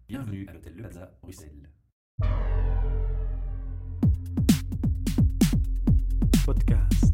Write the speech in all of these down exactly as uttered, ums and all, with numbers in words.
Bienvenue à l'hôtel Le Plaza, Bruxelles. Podcast.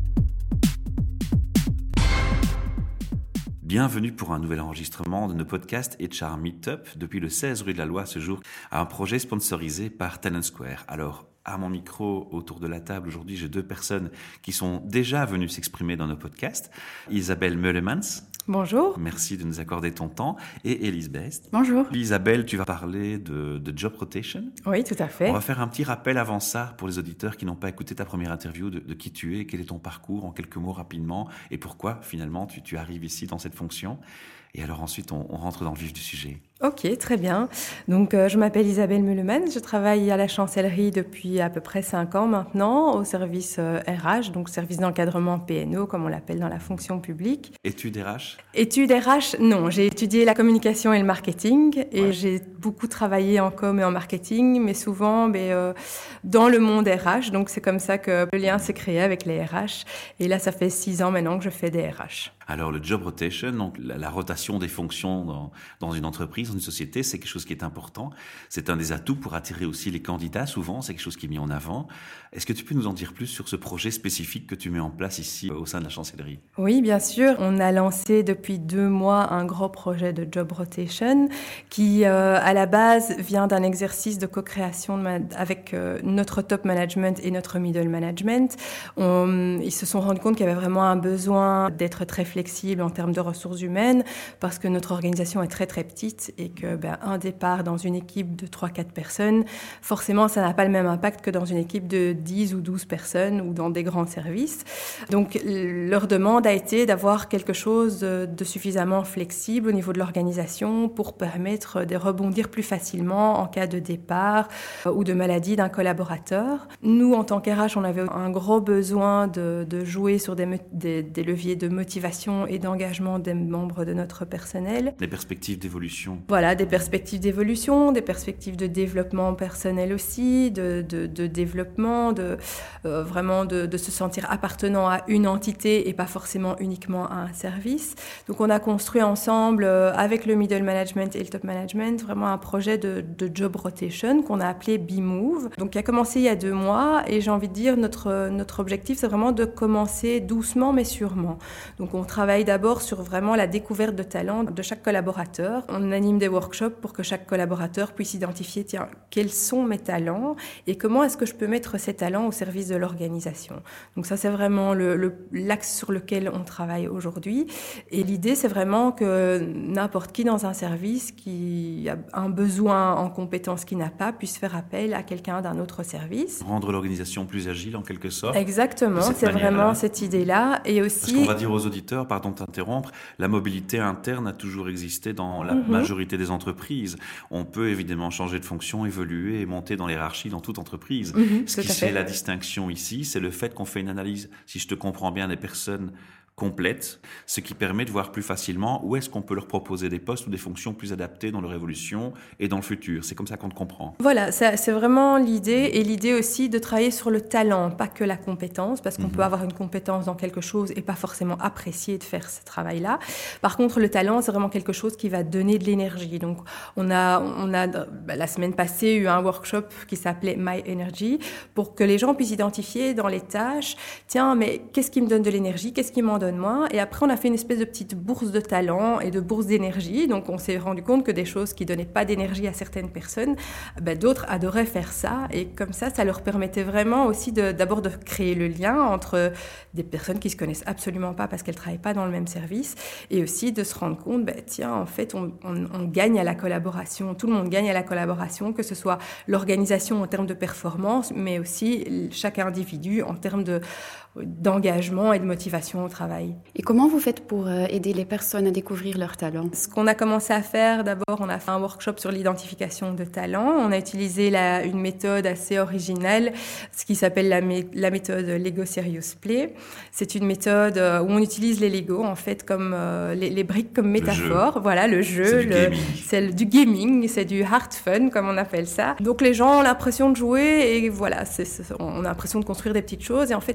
Bienvenue pour un nouvel enregistrement de nos podcasts H R Meetup depuis le seize rue de la Loi ce jour, à un projet sponsorisé par Talent Square. Alors, à mon micro, autour de la table, aujourd'hui, j'ai deux personnes qui sont déjà venues s'exprimer dans nos podcasts. Isabelle Meulemans. Bonjour. Merci de nous accorder ton temps. Et Elisabeth. Bonjour. Isabelle, tu vas parler de, de job rotation. Oui, tout à fait. On va faire un petit rappel avant ça pour les auditeurs qui n'ont pas écouté ta première interview de, de qui tu es, quel est ton parcours en quelques mots rapidement et pourquoi finalement tu, tu arrives ici dans cette fonction. Et alors ensuite, on, on rentre dans le vif du sujet. Ok, très bien. Donc, euh, je m'appelle Isabelle Meulemans. Je travaille à la chancellerie depuis à peu près cinq ans maintenant, au service euh, R H, donc service d'encadrement P N O, comme on l'appelle dans la fonction publique. Études R H ? Études R H, non. J'ai étudié la communication et le marketing et Ouais. j'ai beaucoup travaillé en com et en marketing, mais souvent ben, euh, dans le monde R H. Donc, c'est comme ça que le lien s'est créé avec les R H. Et là, ça fait six ans maintenant que je fais des R H. Alors, le job rotation, donc la, la rotation des fonctions dans, dans une entreprise, dans une société, c'est quelque chose qui est important. C'est un des atouts pour attirer aussi les candidats. Souvent, c'est quelque chose qui est mis en avant. Est-ce que tu peux nous en dire plus sur ce projet spécifique que tu mets en place ici au sein de la chancellerie ? Oui, bien sûr. On a lancé depuis deux mois un gros projet de job rotation qui, euh, à la base, vient d'un exercice de co-création de ma- avec euh, notre top management et notre middle management. On, ils se sont rendus compte qu'il y avait vraiment un besoin d'être très flexible en termes de ressources humaines parce que notre organisation est très très petite et que ben, un départ dans une équipe de trois quatre personnes, forcément, ça n'a pas le même impact que dans une équipe de dix ou douze personnes ou dans des grands services. Donc, leur demande a été d'avoir quelque chose de, de suffisamment flexible au niveau de l'organisation pour permettre de rebondir plus facilement en cas de départ euh, ou de maladie d'un collaborateur. Nous, en tant qu'R H, on avait un gros besoin de, de jouer sur des, mo- des, des leviers de motivation et d'engagement des membres de notre personnel. Les perspectives d'évolution. Voilà, des perspectives d'évolution, des perspectives de développement personnel aussi, de, de, de développement, de, euh, vraiment de, de se sentir appartenant à une entité et pas forcément uniquement à un service. Donc on a construit ensemble, euh, avec le middle management et le top management, vraiment un projet de, de job rotation qu'on a appelé B-Move. Donc qui a commencé il y a deux mois et j'ai envie de dire notre, notre objectif c'est vraiment de commencer doucement mais sûrement. Donc on travaille d'abord sur vraiment la découverte de talents de chaque collaborateur. On anime des workshops pour que chaque collaborateur puisse identifier, tiens, quels sont mes talents et comment est-ce que je peux mettre ces talents au service de l'organisation. Donc ça, c'est vraiment le, le, l'axe sur lequel on travaille aujourd'hui. Et l'idée, c'est vraiment que n'importe qui dans un service qui a un besoin en compétences qu'il n'a pas puisse faire appel à quelqu'un d'un autre service. Rendre l'organisation plus agile en quelque sorte. Exactement, De cette c'est manière-là. vraiment cette idée-là. Et Parce aussi... qu'on va dire aux auditeurs, pardon de t'interrompre, la mobilité interne a toujours existé dans la Mhm. majorité des entreprises. On peut évidemment changer de fonction, évoluer et monter dans l'hiérarchie dans toute entreprise. Mhm, Ce tout qui à fait fait. la distinction ici, c'est le fait qu'on fait une analyse, si je te comprends bien, des personnes complètes, ce qui permet de voir plus facilement où est-ce qu'on peut leur proposer des postes ou des fonctions plus adaptées dans leur évolution et dans le futur. C'est comme ça qu'on te comprend. Voilà, ça, c'est vraiment l'idée, et l'idée aussi de travailler sur le talent, pas que la compétence, parce qu'on Mhm. peut avoir une compétence dans quelque chose et pas forcément apprécier de faire ce travail-là. Par contre, le talent, c'est vraiment quelque chose qui va donner de l'énergie. Donc, on a, on a bah, la semaine passée eu un workshop qui s'appelait My Energy, pour que les gens puissent identifier dans les tâches, tiens, mais qu'est-ce qui me donne de l'énergie, qu'est-ce qui m'en donne moins. Et après, on a fait une espèce de petite bourse de talent et de bourse d'énergie. Donc, on s'est rendu compte que des choses qui donnaient pas d'énergie à certaines personnes, ben, d'autres adoraient faire ça. Et comme ça, ça leur permettait vraiment aussi de, d'abord de créer le lien entre des personnes qui se connaissent absolument pas parce qu'elles travaillent pas dans le même service, et aussi de se rendre compte, ben, tiens, en fait, on, on, on gagne à la collaboration. Tout le monde gagne à la collaboration, que ce soit l'organisation en termes de performance, mais aussi chaque individu en termes de d'engagement et de motivation au travail. Et comment vous faites pour euh, aider les personnes à découvrir leurs talents ? Ce qu'on a commencé à faire, d'abord, on a fait un workshop sur l'identification de talents. On a utilisé la, une méthode assez originale, ce qui s'appelle la, mé- la méthode Lego Serious Play. C'est une méthode euh, où on utilise les Lego, en fait, comme euh, les, les briques comme métaphore. Voilà, le jeu. C'est du le, gaming. c'est le- du gaming, c'est du hard fun, comme on appelle ça. Donc les gens ont l'impression de jouer et voilà, c'est, c'est, on a l'impression de construire des petites choses. Et en fait, il y a énormément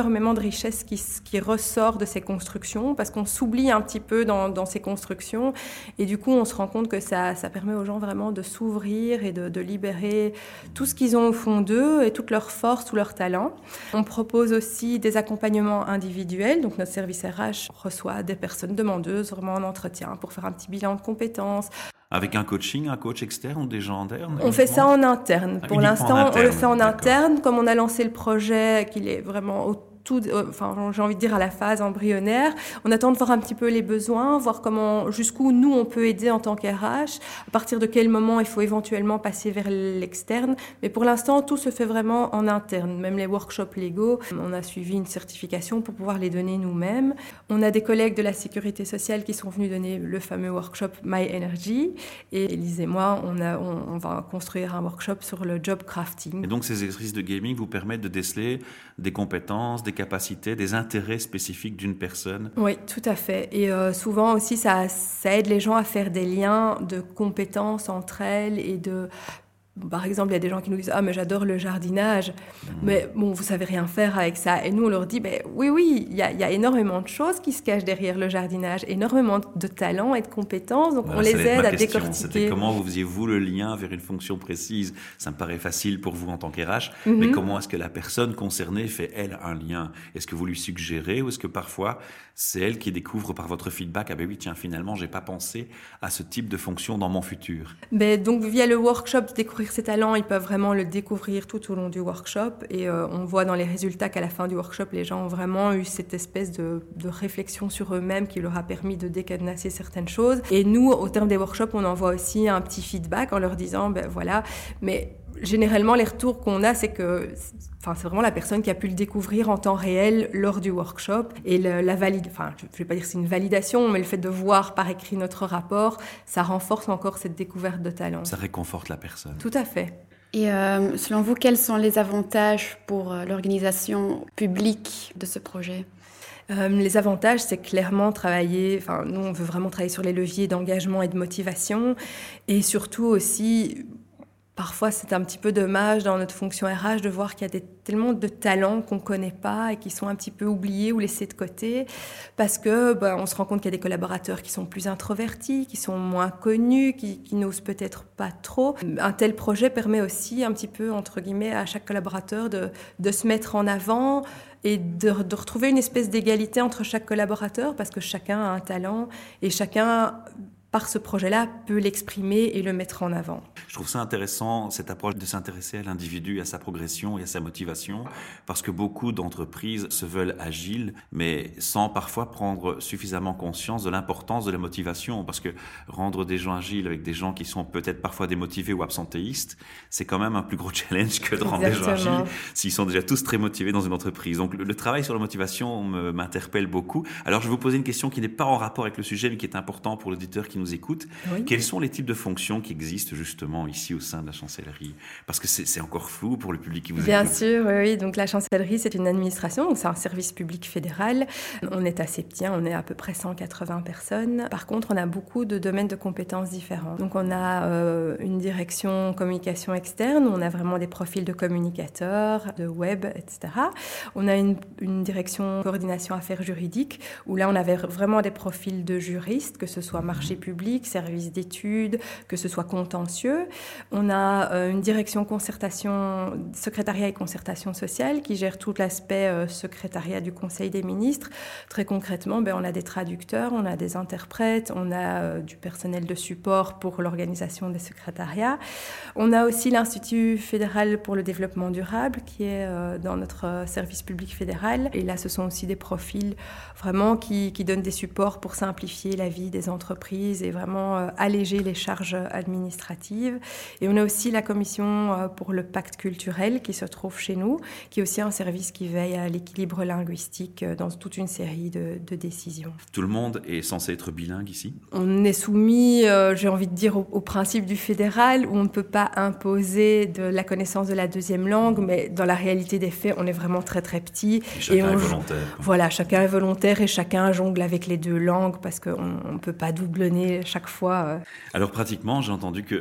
énormément de richesse qui, qui ressort de ces constructions parce qu'on s'oublie un petit peu dans, dans ces constructions et du coup on se rend compte que ça, ça permet aux gens vraiment de s'ouvrir et de, de libérer tout ce qu'ils ont au fond d'eux et toute leur force, tout leur talent. On propose aussi des accompagnements individuels, donc notre service R H reçoit des personnes demandeuses vraiment en entretien pour faire un petit bilan de compétences. Avec un coaching, un coach externe ou des gens internes? On fait ça en interne. Ah, Pour l'instant, interne. on le fait en D'accord. interne. Comme on a lancé le projet, qu'il est vraiment au tout, enfin, j'ai envie de dire à la phase embryonnaire, on attend de voir un petit peu les besoins, voir comment, jusqu'où nous on peut aider en tant qu'R H, à partir de quel moment il faut éventuellement passer vers l'externe. Mais pour l'instant, tout se fait vraiment en interne. Même les workshops légaux, on a suivi une certification pour pouvoir les donner nous-mêmes. On a des collègues de la sécurité sociale qui sont venus donner le fameux workshop My Energy. Et Élise et moi, on, a, on, on va construire un workshop sur le job crafting. Et donc ces exercices de gaming vous permettent de déceler des compétences, des capacités, des intérêts spécifiques d'une personne? Oui, tout à fait. Et euh, souvent aussi, ça, ça aide les gens à faire des liens de compétences entre elles et de... Par exemple, il y a des gens qui nous disent « Ah, mais j'adore le jardinage, mmh. mais bon, vous savez rien faire avec ça. » Et nous, on leur dit ben, « Oui, oui, il y, y a énormément de choses qui se cachent derrière le jardinage, énormément de talents et de compétences, donc voilà, on les aide à question. décortiquer. » C'était comment vous faisiez, vous, le lien vers une fonction précise? Ça me paraît facile pour vous en tant qu'R H, mmh. mais comment est-ce que la personne concernée fait, elle, un lien? Est-ce que vous lui suggérez ou est-ce que parfois, c'est elle qui découvre par votre feedback « Ah ben oui, tiens, finalement, j'ai pas pensé à ce type de fonction dans mon futur ». Ben, donc, via le workshop, découvrir ses talents, ils peuvent vraiment le découvrir tout au long du workshop et euh, on voit dans les résultats qu'à la fin du workshop, les gens ont vraiment eu cette espèce de, de réflexion sur eux-mêmes qui leur a permis de décadenasser certaines choses. Et nous, au terme des workshops, on envoie aussi un petit feedback en leur disant, ben voilà, mais généralement, les retours qu'on a, c'est que enfin, c'est vraiment la personne qui a pu le découvrir en temps réel lors du workshop. Et le, la valide, enfin, je ne vais pas dire que c'est une validation, mais le fait de voir par écrit notre rapport, ça renforce encore cette découverte de talent. Ça réconforte la personne. Tout à fait. Et euh, selon vous, quels sont les avantages pour euh, l'organisation publique de ce projet ? Euh, les avantages, c'est clairement travailler, enfin, nous, on veut vraiment travailler sur les leviers d'engagement et de motivation, et surtout aussi... Parfois, c'est un petit peu dommage dans notre fonction R H de voir qu'il y a des, tellement de talents qu'on ne connaît pas et qui sont un petit peu oubliés ou laissés de côté parce que ben, on se rend compte qu'il y a des collaborateurs qui sont plus introvertis, qui sont moins connus, qui, qui n'osent peut-être pas trop. Un tel projet permet aussi un petit peu, entre guillemets, à chaque collaborateur de, de se mettre en avant et de, de retrouver une espèce d'égalité entre chaque collaborateur parce que chacun a un talent et chacun... par ce projet-là, peut l'exprimer et le mettre en avant. Je trouve ça intéressant, cette approche de s'intéresser à l'individu, à sa progression et à sa motivation, parce que beaucoup d'entreprises se veulent agiles, mais sans parfois prendre suffisamment conscience de l'importance de la motivation, parce que rendre des gens agiles avec des gens qui sont peut-être parfois démotivés ou absentéistes, c'est quand même un plus gros challenge que de rendre Exactement. des gens agiles s'ils sont déjà tous très motivés dans une entreprise. Donc le, le travail sur la motivation me, m'interpelle beaucoup. Alors je vais vous poser une question qui n'est pas en rapport avec le sujet, mais qui est important pour l'auditeur qui nous écoute. Oui. Quels sont les types de fonctions qui existent justement ici au sein de la chancellerie? Parce que c'est, c'est encore flou pour le public qui vous Bien écoute. Bien sûr, oui. Donc la chancellerie, c'est une administration, donc c'est un service public fédéral. On est assez petit, on est à peu près cent quatre-vingts personnes. Par contre, on a beaucoup de domaines de compétences différents. Donc on a euh, une direction communication externe, on a vraiment des profils de communicateurs, de web, et cetera. On a une, une direction coordination affaires juridiques, où là on avait vraiment des profils de juristes, que ce soit marché public, services d'études, que ce soit contentieux. On a euh, une direction concertation, secrétariat et concertation sociale qui gère tout l'aspect euh, secrétariat du Conseil des ministres. Très concrètement, ben, on a des traducteurs, on a des interprètes, on a euh, du personnel de support pour l'organisation des secrétariats. On a aussi l'Institut fédéral pour le développement durable qui est euh, dans notre euh, service public fédéral. Et là, ce sont aussi des profils vraiment qui, qui donnent des supports pour simplifier la vie des entreprises et vraiment euh, alléger les charges administratives. Et on a aussi la commission euh, pour le pacte culturel qui se trouve chez nous, qui est aussi un service qui veille à l'équilibre linguistique euh, dans toute une série de, de décisions. Tout le monde est censé être bilingue ici? On est soumis, euh, j'ai envie de dire, au, au principe du fédéral où on ne peut pas imposer de la connaissance de la deuxième langue, mais dans la réalité des faits, on est vraiment très très petit. Et chacun et on, est volontaire. Voilà, chacun est volontaire et chacun jongle avec les deux langues parce qu'on ne peut pas doublonner chaque fois. Alors pratiquement, j'ai entendu qu'on on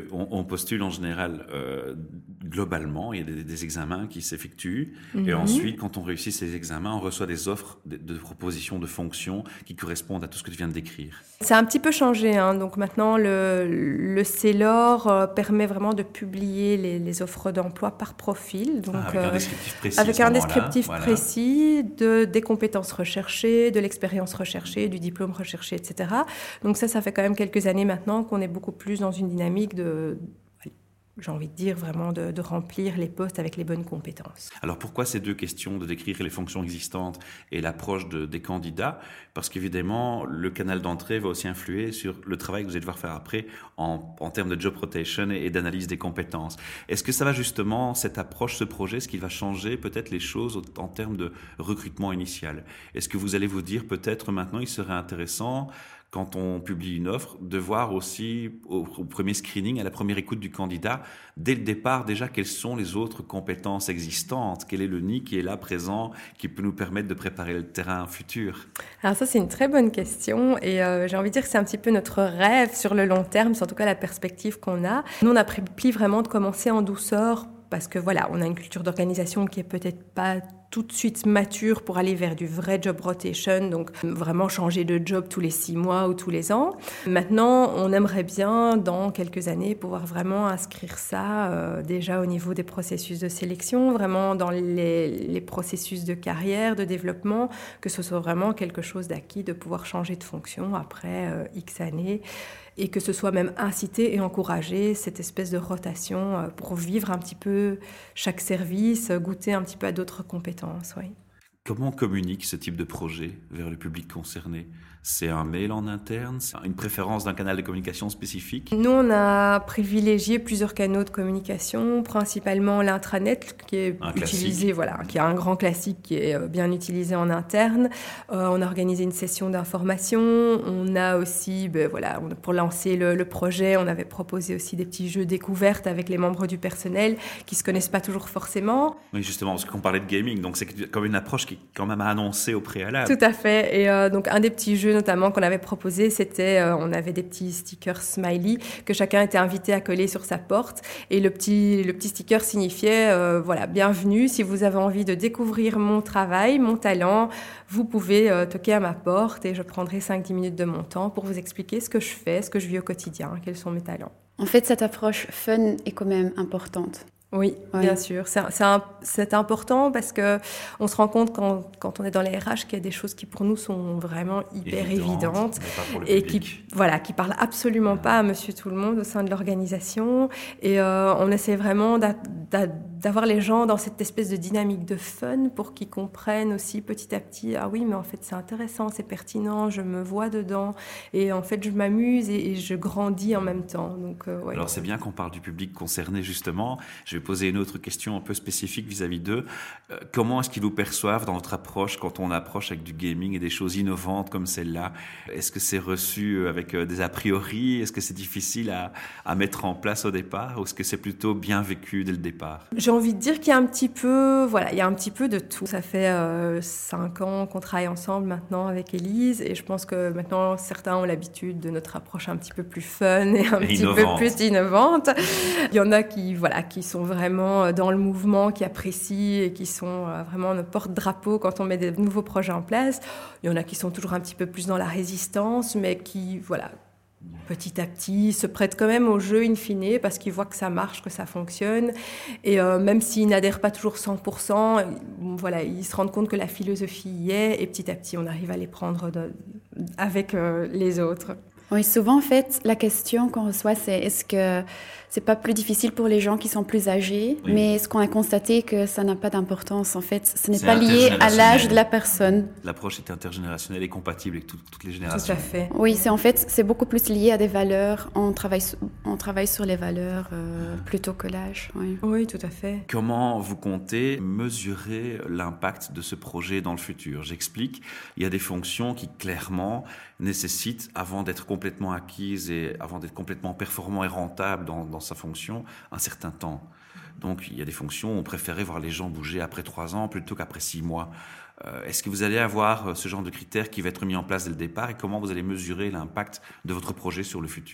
postule en général euh, globalement, il y a des, des examens qui s'effectuent Mm-hmm. et ensuite, quand on réussit ces examens, on reçoit des offres de, de propositions de fonctions qui correspondent à tout ce que tu viens de décrire. Ça a un petit peu changé, hein. Donc maintenant le, le C E L O R euh, permet vraiment de publier les, les offres d'emploi par profil. Donc, Ah, avec euh, un descriptif précis. avec un descriptif voilà. précis de, des compétences recherchées, de l'expérience recherchée, du diplôme recherché, et cetera. Donc ça, ça fait quand même quelques années maintenant qu'on est beaucoup plus dans une dynamique de, j'ai envie de dire vraiment de, de remplir les postes avec les bonnes compétences. Alors pourquoi ces deux questions de décrire les fonctions existantes et l'approche de, des candidats? Parce qu'évidemment, le canal d'entrée va aussi influer sur le travail que vous allez devoir faire après en, en termes de job rotation et, et d'analyse des compétences. Est-ce que ça va justement, cette approche, ce projet, est-ce qu'il va changer peut-être les choses en termes de recrutement initial? Est-ce que vous allez vous dire peut-être maintenant il serait intéressant, quand on publie une offre, de voir aussi au, au premier screening, à la première écoute du candidat, dès le départ déjà, quelles sont les autres compétences existantes? Quel est le nid qui est là présent, qui peut nous permettre de préparer le terrain futur? Alors ça, c'est une très bonne question et euh, j'ai envie de dire que c'est un petit peu notre rêve sur le long terme, c'est en tout cas la perspective qu'on a. Nous, on a pris vraiment de commencer en douceur parce que voilà, on a une culture d'organisation qui est peut-être pas tout de suite mature pour aller vers du vrai job rotation, donc vraiment changer de job tous les six mois ou tous les ans. Maintenant, on aimerait bien, dans quelques années, pouvoir vraiment inscrire ça euh, déjà au niveau des processus de sélection, vraiment dans les, les processus de carrière, de développement, que ce soit vraiment quelque chose d'acquis, de pouvoir changer de fonction après euh, X années, et que ce soit même inciter et encourager cette espèce de rotation euh, pour vivre un petit peu chaque service, goûter un petit peu à d'autres compétences. Oui. Comment communique ce type de projet vers le public concerné? C'est un mail en interne? C'est une préférence d'un canal de communication spécifique? Nous, on a privilégié plusieurs canaux de communication, principalement l'intranet, qui est un utilisé, voilà, qui est un grand classique, qui est bien utilisé en interne. Euh, on a organisé une session d'information. On a aussi, ben, voilà, pour lancer le, le projet, on avait proposé aussi des petits jeux découvertes avec les membres du personnel qui se connaissent pas toujours forcément. Oui, justement, parce qu'on parlait de gaming, donc c'est comme une approche qui est quand même à annoncer au préalable. Tout à fait. Et euh, donc, un des petits jeux notamment qu'on avait proposé, c'était, euh, on avait des petits stickers smiley que chacun était invité à coller sur sa porte. Et le petit, le petit sticker signifiait, euh, voilà, bienvenue, si vous avez envie de découvrir mon travail, mon talent, vous pouvez euh, toquer à ma porte et je prendrai cinq à dix minutes de mon temps pour vous expliquer ce que je fais, ce que je vis au quotidien, quels sont mes talents. En fait, cette approche fun est quand même importante. Oui, ouais. Bien sûr. C'est, c'est, un, c'est important parce qu'on se rend compte quand, quand on est dans les R H qu'il y a des choses qui pour nous sont vraiment hyper évidentes, évidentes et qui, voilà, qui parlent absolument pas à monsieur tout le monde au sein de l'organisation. Et euh, on essaie vraiment d'a, d'a, d'avoir les gens dans cette espèce de dynamique de fun pour qu'ils comprennent aussi petit à petit, ah oui, mais en fait c'est intéressant, c'est pertinent, je me vois dedans et en fait je m'amuse et, et je grandis en même temps. Donc, euh, ouais. Alors c'est bien qu'on parle du public concerné justement. Je vais poser une autre question un peu spécifique vis-à-vis d'eux. Euh, comment est-ce qu'ils vous perçoivent dans votre approche quand on approche avec du gaming et des choses innovantes comme celle-là? Est-ce que c'est reçu avec euh, des a priori? Est-ce que c'est difficile à, à mettre en place au départ? Ou est-ce que c'est plutôt bien vécu dès le départ? J'ai envie de dire qu'il y a un petit peu, voilà, il y a un petit peu de tout. Ça fait euh, cinq ans qu'on travaille ensemble maintenant avec Élise et je pense que maintenant certains ont l'habitude de notre approche un petit peu plus fun et un et petit innovante. peu plus innovante. Il y en a qui, voilà, qui sont vraiment dans le mouvement, qui apprécient et qui sont vraiment nos porte-drapeaux quand on met des nouveaux projets en place. Il y en a qui sont toujours un petit peu plus dans la résistance, mais qui, voilà, petit à petit, se prêtent quand même au jeu in fine parce qu'ils voient que ça marche, que ça fonctionne. Et euh, même s'ils n'adhèrent pas toujours cent pour cent, voilà, ils se rendent compte que la philosophie y est et petit à petit, on arrive à les prendre de, avec euh, les autres. Oui, souvent, en fait, la question qu'on reçoit, c'est est-ce que c'est pas plus difficile pour les gens qui sont plus âgés? Oui. Mais ce qu'on a constaté, que ça n'a pas d'importance. En fait, ce n'est c'est pas lié à l'âge de la personne. L'approche est intergénérationnelle et compatible avec tout, toutes les générations. Tout à fait. Oui, c'est en fait, c'est beaucoup plus lié à des valeurs. On travaille, on travaille sur les valeurs euh, plutôt que l'âge. Oui. oui, tout à fait. Comment vous comptez mesurer l'impact de ce projet dans le futur? J'explique. Il y a des fonctions qui, clairement, nécessitent, avant d'être complètement acquises et avant d'être complètement performant et rentable dans, dans sa fonction, un certain temps. Donc, il y a des fonctions où on préférait voir les gens bouger après trois ans plutôt qu'après six mois. Euh, est-ce que vous allez avoir ce genre de critères qui va être mis en place dès le départ et comment vous allez mesurer l'impact de votre projet sur le futur?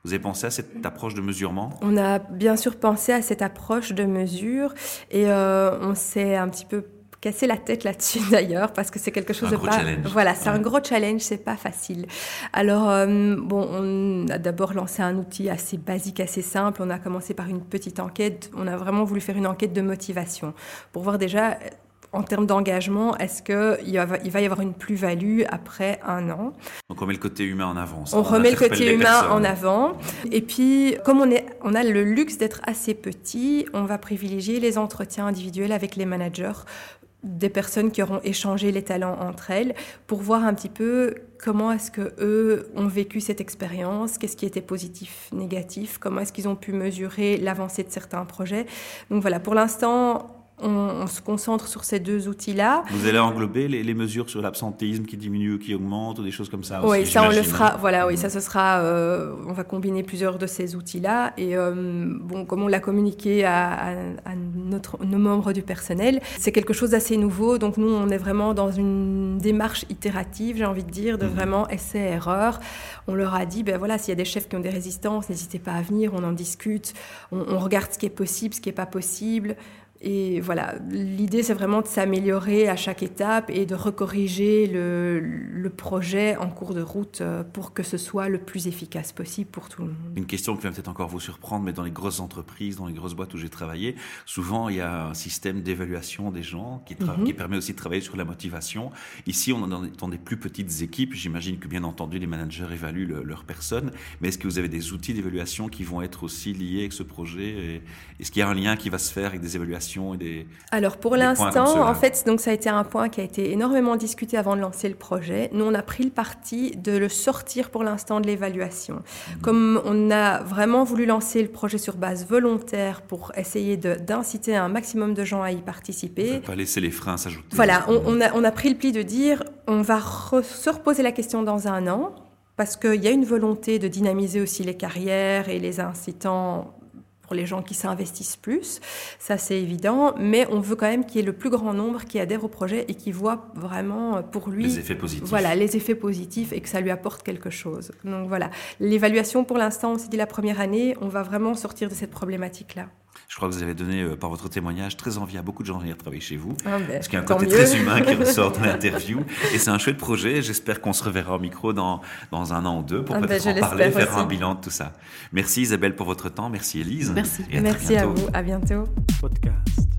Vous avez pensé à cette approche de mesurement ? On a bien sûr pensé à cette approche de mesure et euh, on s'est un petit peu cassé la tête là-dessus d'ailleurs parce que c'est quelque chose un de gros pas challenge. voilà c'est ouais. un gros challenge, c'est pas facile. Alors euh, bon, on a d'abord lancé un outil assez basique, assez simple. On a commencé par une petite enquête. On a vraiment voulu faire une enquête de motivation pour voir déjà en termes d'engagement, est-ce qu'il va, il va y avoir une plus-value après un an ? Donc on met le côté humain en avant. On, on remet le côté humain personnes. en avant. Et puis, comme on, est, on a le luxe d'être assez petit, on va privilégier les entretiens individuels avec les managers, des personnes qui auront échangé les talents entre elles, pour voir un petit peu comment est-ce qu'eux ont vécu cette expérience, qu'est-ce qui était positif, négatif, comment est-ce qu'ils ont pu mesurer l'avancée de certains projets. Donc voilà, pour l'instant... On, on se concentre sur ces deux outils-là. Vous allez englober les, les mesures sur l'absentéisme qui diminue ou qui augmente, ou des choses comme ça aussi, oui, ça on le fera. Hein. Voilà, oui, ça ce sera. Euh, on va combiner plusieurs de ces outils-là. Et euh, bon, comme on l'a communiqué à, à, à notre, nos membres du personnel, c'est quelque chose d'assez nouveau. Donc nous, on est vraiment dans une démarche itérative, j'ai envie de dire, de mmh. vraiment essai-erreur. On leur a dit, ben voilà, s'il y a des chefs qui ont des résistances, n'hésitez pas à venir, on en discute, on, on regarde ce qui est possible, ce qui n'est pas possible. Et voilà, l'idée, c'est vraiment de s'améliorer à chaque étape et de recorriger le, le projet en cours de route pour que ce soit le plus efficace possible pour tout le monde. Une question qui va peut-être encore vous surprendre, mais dans les grosses entreprises, dans les grosses boîtes où j'ai travaillé, souvent, il y a un système d'évaluation des gens qui, tra- mm-hmm. qui permet aussi de travailler sur la motivation. Ici, on est dans, dans des plus petites équipes. J'imagine que, bien entendu, les managers évaluent le, leurs personnes. Mais est-ce que vous avez des outils d'évaluation qui vont être aussi liés avec ce projet ? Et est-ce qu'il y a un lien qui va se faire avec des évaluations ? Et des, Alors pour l'instant, en fait, donc ça a été un point qui a été énormément discuté avant de lancer le projet. Nous, on a pris le parti de le sortir pour l'instant de l'évaluation. Mmh. Comme on a vraiment voulu lancer le projet sur base volontaire pour essayer de, d'inciter un maximum de gens à y participer. On ne peut pas laisser les freins s'ajouter. Voilà, on, on, a, on a pris le pli de dire on va re, se reposer la question dans un an parce qu'il y a une volonté de dynamiser aussi les carrières et les incitant pour les gens qui s'investissent plus, ça c'est évident, mais on veut quand même qu'il y ait le plus grand nombre qui adhère au projet et qui voit vraiment pour lui les effets positifs. Voilà, les effets positifs et que ça lui apporte quelque chose. Donc voilà, l'évaluation pour l'instant, on s'est dit la première année, on va vraiment sortir de cette problématique-là. Je crois que vous avez donné, euh, par votre témoignage, très envie à beaucoup de gens de venir travailler chez vous. Ah ben, parce qu'il y a un côté mieux. Très humain qui ressort de l'interview. Et c'est un chouette projet. J'espère qu'on se reverra au micro dans, dans un an ou deux pour ah peut-être ben, en parler, faire aussi. Un bilan de tout ça. Merci Isabelle pour votre temps. Merci Élise. Merci. Et à Merci à vous. À bientôt. Podcast.